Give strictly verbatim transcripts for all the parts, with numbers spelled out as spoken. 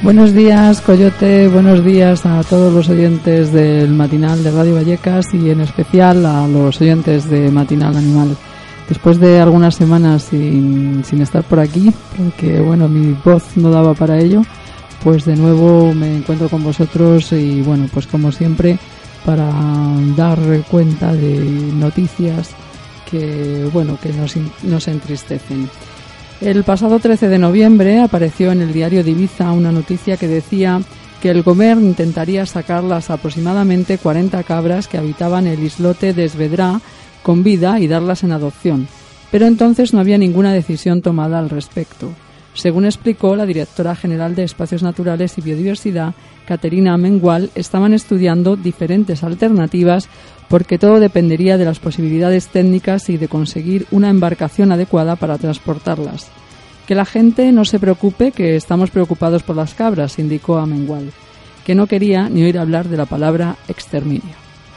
Buenos días, Coyote, buenos días a todos los oyentes del matinal de Radio Vallecas y en especial a los oyentes de Matinal Animal. Después de algunas semanas sin, sin estar por aquí, porque bueno, mi voz no daba para ello, pues de nuevo me encuentro con vosotros y bueno, pues como siempre, para dar cuenta de noticias que bueno, que nos, nos entristecen. El pasado trece de noviembre apareció en el diario de Ibiza una noticia que decía que el Gobierno intentaría sacar las aproximadamente cuarenta cabras que habitaban el islote de Esvedra con vida y darlas en adopción, pero entonces no había ninguna decisión tomada al respecto. Según explicó la directora general de Espacios Naturales y Biodiversidad, Caterina Amengual, estaban estudiando diferentes alternativas porque todo dependería de las posibilidades técnicas y de conseguir una embarcación adecuada para transportarlas. Que la gente no se preocupe, que estamos preocupados por las cabras, indicó Amengual, que no quería ni oír hablar de la palabra exterminio.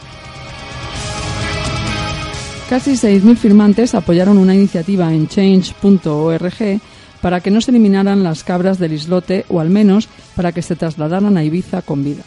Casi seis mil firmantes apoyaron una iniciativa en change punto org para que no se eliminaran las cabras del islote o al menos para que se trasladaran a Ibiza con vida.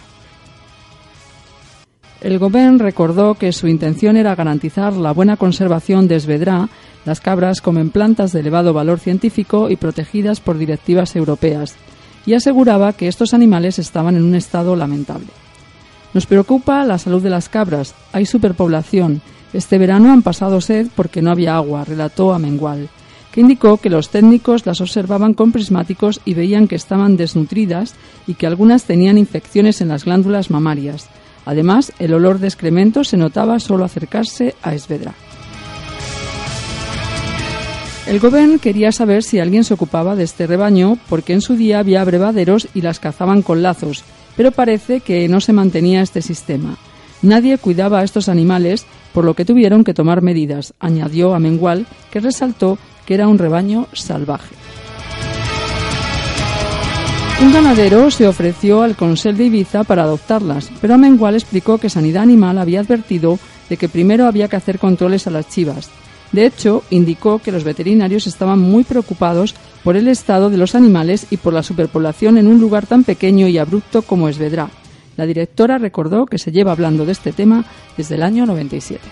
El Gobierno recordó que su intención era garantizar la buena conservación de Esvedra. Las cabras comen plantas de elevado valor científico y protegidas por directivas europeas, y aseguraba que estos animales estaban en un estado lamentable. Nos preocupa la salud de las cabras. Hay superpoblación. Este verano han pasado sed porque no había agua, relató Amengual, que indicó que los técnicos las observaban con prismáticos y veían que estaban desnutridas y que algunas tenían infecciones en las glándulas mamarias. Además, el olor de excremento se notaba solo acercarse a Esvedra. El Gobierno quería saber si alguien se ocupaba de este rebaño porque en su día había abrevaderos y las cazaban con lazos, pero parece que no se mantenía este sistema. Nadie cuidaba a estos animales, por lo que tuvieron que tomar medidas, añadió Amengual, que resaltó que era un rebaño salvaje. Un ganadero se ofreció al Consell de Ibiza para adoptarlas, pero Amengual explicó que Sanidad Animal había advertido de que primero había que hacer controles a las chivas. De hecho, indicó que los veterinarios estaban muy preocupados por el estado de los animales y por la superpoblación en un lugar tan pequeño y abrupto como Esvedra. La directora recordó que se lleva hablando de este tema desde el año noventa y siete.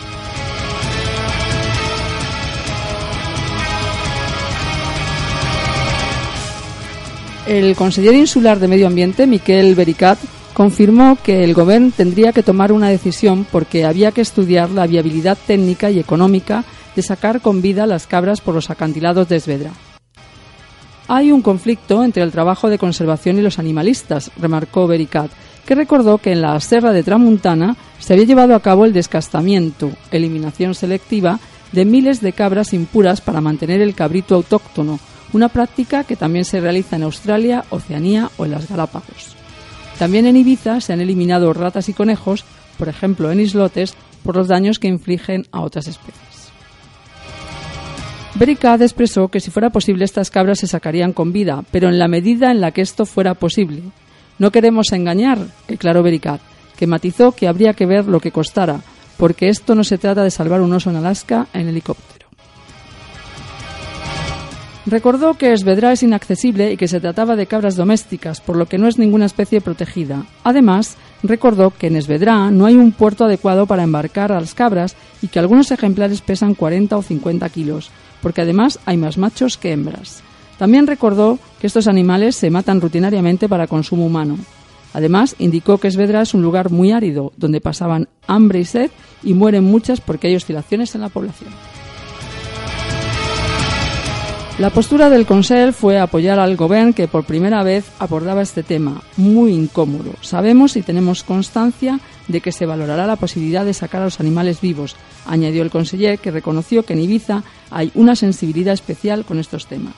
El conseller insular de Medio Ambiente, Miquel Vericat, confirmó que el Gobierno tendría que tomar una decisión porque había que estudiar la viabilidad técnica y económica de sacar con vida las cabras por los acantilados de Esvedra. Hay un conflicto entre el trabajo de conservación y los animalistas, remarcó Vericat, que recordó que en la Serra de Tramuntana se había llevado a cabo el descastamiento, eliminación selectiva, de miles de cabras impuras para mantener el cabrito autóctono, una práctica que también se realiza en Australia, Oceanía o en las Galápagos. También en Ibiza se han eliminado ratas y conejos, por ejemplo en islotes, por los daños que infligen a otras especies. Vericat expresó que si fuera posible estas cabras se sacarían con vida, pero en la medida en la que esto fuera posible. No queremos engañar, declaró Vericat, que matizó que habría que ver lo que costara, porque esto no se trata de salvar un oso en Alaska en helicóptero. Recordó que Esvedra es inaccesible y que se trataba de cabras domésticas, por lo que no es ninguna especie protegida. Además, recordó que en Esvedra no hay un puerto adecuado para embarcar a las cabras y que algunos ejemplares pesan cuarenta o cincuenta kilos, porque además hay más machos que hembras. También recordó que estos animales se matan rutinariamente para consumo humano. Además, indicó que Esvedra es un lugar muy árido, donde pasaban hambre y sed y mueren muchas porque hay oscilaciones en la población. La postura del Consell fue apoyar al Gobierno, que por primera vez abordaba este tema, muy incómodo. Sabemos y tenemos constancia de que se valorará la posibilidad de sacar a los animales vivos, añadió el conseller, que reconoció que en Ibiza hay una sensibilidad especial con estos temas.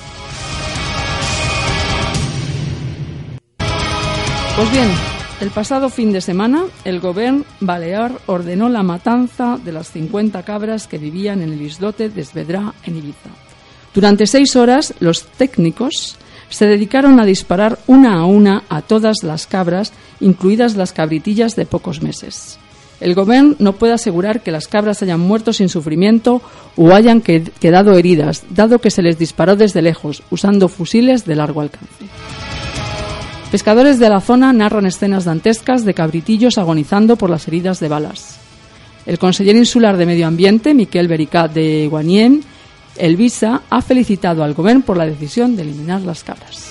Pues bien, el pasado fin de semana, el Gobierno balear ordenó la matanza de las cincuenta cabras que vivían en el islote de Esvedra, en Ibiza. Durante seis horas, los técnicos se dedicaron a disparar una a una a todas las cabras, incluidas las cabritillas de pocos meses. El Gobierno no puede asegurar que las cabras hayan muerto sin sufrimiento o hayan quedado heridas, dado que se les disparó desde lejos, usando fusiles de largo alcance. Pescadores de la zona narran escenas dantescas de cabritillos agonizando por las heridas de balas. El conseller insular de Medio Ambiente, Miquel Vericat de Guanyén, el Visa, ha felicitado al Govern por la decisión de eliminar las cabras.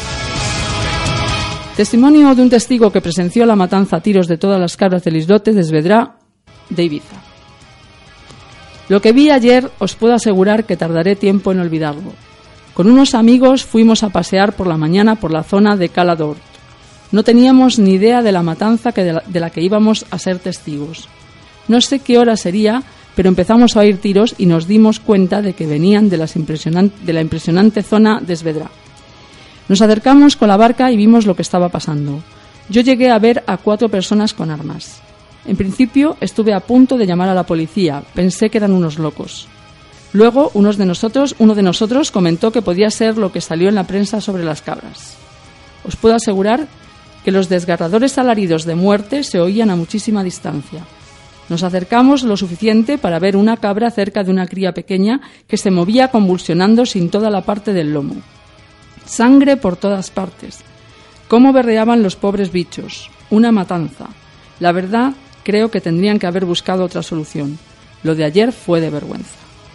Testimonio de un testigo que presenció la matanza a tiros de todas las cabras del islote de Esvedra de Ibiza. Lo que vi ayer os puedo asegurar que tardaré tiempo en olvidarlo. Con unos amigos fuimos a pasear por la mañana por la zona de Cala d'Hort. No teníamos ni idea de la matanza que de, la, de la que íbamos a ser testigos. No sé qué hora sería, pero empezamos a oír tiros y nos dimos cuenta de que venían de, las impresionante, de la impresionante zona de Esvedra. Nos acercamos con la barca y vimos lo que estaba pasando. Yo llegué a ver a cuatro personas con armas. En principio estuve a punto de llamar a la policía, pensé que eran unos locos. Luego unos de nosotros, uno de nosotros comentó que podía ser lo que salió en la prensa sobre las cabras. Os puedo asegurar que los desgarradores alaridos de muerte se oían a muchísima distancia. Nos acercamos lo suficiente para ver una cabra cerca de una cría pequeña que se movía convulsionando sin toda la parte del lomo. Sangre por todas partes. Cómo berreaban los pobres bichos. Una matanza. La verdad, creo que tendrían que haber buscado otra solución. Lo de ayer fue de vergüenza.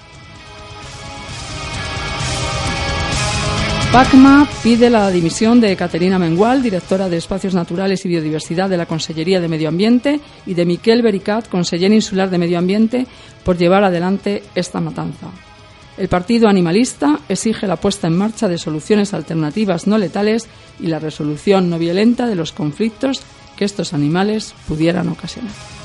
PACMA pide la dimisión de Caterina Mengual, directora de Espacios Naturales y Biodiversidad de la Consellería de Medio Ambiente, y de Miquel Vericat, conseller insular de Medio Ambiente, por llevar adelante esta matanza. El partido animalista exige la puesta en marcha de soluciones alternativas no letales y la resolución no violenta de los conflictos que estos animales pudieran ocasionar.